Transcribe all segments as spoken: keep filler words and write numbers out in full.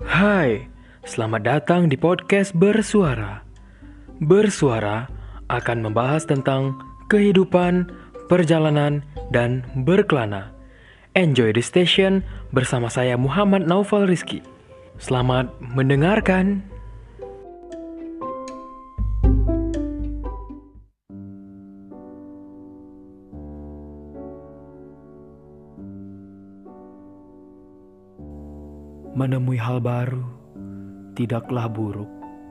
Hai, selamat datang di podcast Bersuara. Bersuara akan membahas tentang kehidupan, perjalanan, dan berkelana. Enjoy the station bersama saya Muhammad Naufal Rizky. Selamat mendengarkan. Menemui hal baru tidaklah buruk,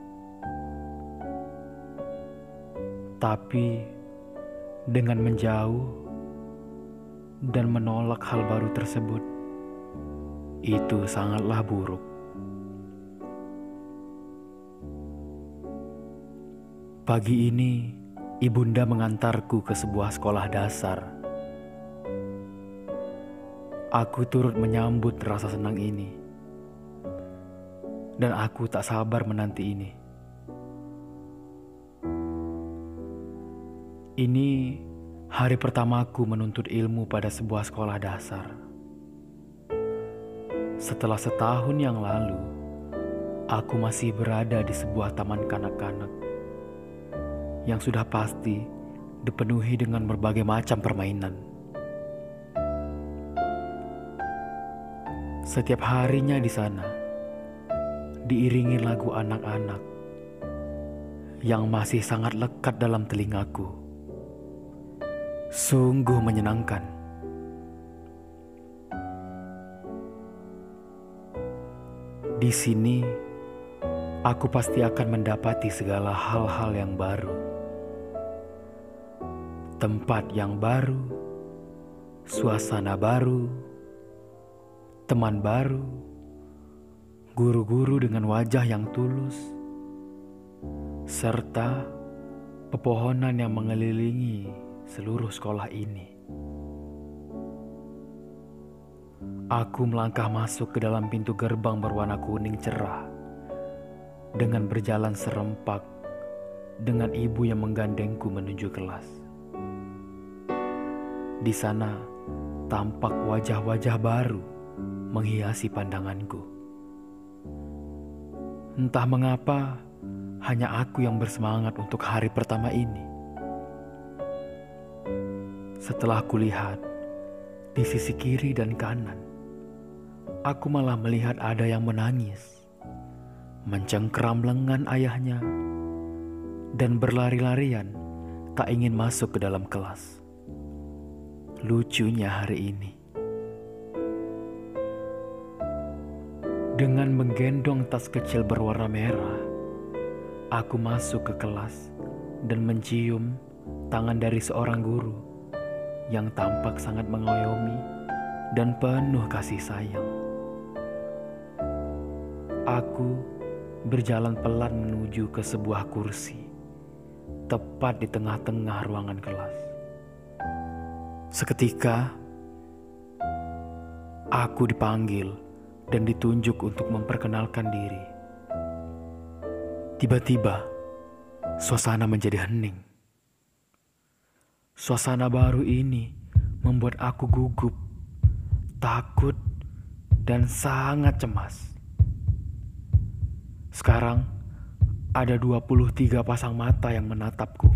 tapi dengan menjauh dan menolak hal baru tersebut, itu sangatlah buruk. Pagi ini, ibunda mengantarku ke sebuah sekolah dasar. Aku turut menyambut rasa senang ini. Dan aku tak sabar menanti ini. Ini hari pertamaku menuntut ilmu pada sebuah sekolah dasar. Setelah setahun yang lalu, aku masih berada di sebuah taman kanak-kanak yang sudah pasti dipenuhi dengan berbagai macam permainan. Setiap harinya di sana diiringi lagu anak-anak yang masih sangat lekat dalam telingaku. Sungguh menyenangkan. Di sini, aku pasti akan mendapati segala hal-hal yang baru. Tempat yang baru, suasana baru, teman baru, guru-guru dengan wajah yang tulus, serta pepohonan yang mengelilingi seluruh sekolah ini. Aku melangkah masuk ke dalam pintu gerbang berwarna kuning cerah dengan berjalan serempak dengan ibu yang menggandengku menuju kelas. Di sana tampak wajah-wajah baru menghiasi pandanganku. Entah mengapa, hanya aku yang bersemangat untuk hari pertama ini. Setelah kulihat di sisi kiri dan kanan, aku malah melihat ada yang menangis, mencengkeram lengan ayahnya, dan berlari-larian tak ingin masuk ke dalam kelas. Lucunya hari ini, dengan menggendong tas kecil berwarna merah, aku masuk ke kelas dan mencium tangan dari seorang guru yang tampak sangat mengayomi dan penuh kasih sayang. Aku berjalan pelan menuju ke sebuah kursi, tepat di tengah-tengah ruangan kelas. Seketika, aku dipanggil dan ditunjuk untuk memperkenalkan diri. Tiba-tiba, suasana menjadi hening. Suasana baru ini membuat aku gugup, takut, dan sangat cemas. Sekarang, ada dua puluh tiga pasang mata yang menatapku.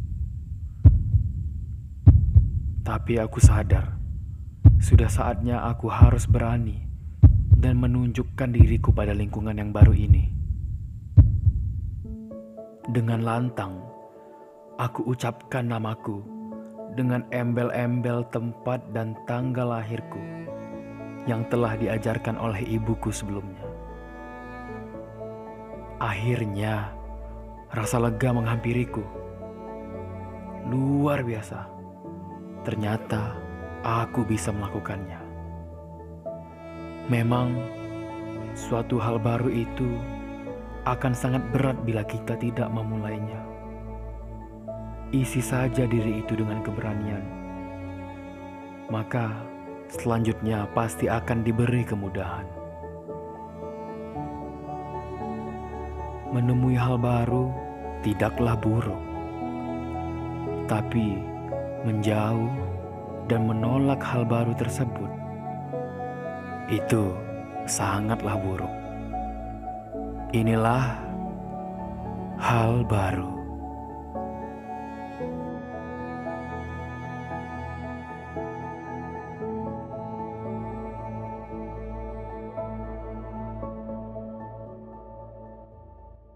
Tapi aku sadar, sudah saatnya aku harus berani dan menunjukkan diriku pada lingkungan yang baru ini. Dengan lantang, aku ucapkan namaku dengan embel-embel tempat dan tanggal lahirku yang telah diajarkan oleh ibuku sebelumnya. Akhirnya, rasa lega menghampiriku. Luar biasa. Ternyata aku bisa melakukannya. Memang, suatu hal baru itu akan sangat berat bila kita tidak memulainya. Isi saja diri itu dengan keberanian, maka selanjutnya pasti akan diberi kemudahan. Menemui hal baru tidaklah buruk, tapi menjauh dan menolak hal baru tersebut, itu sangatlah buruk. Inilah hal baru.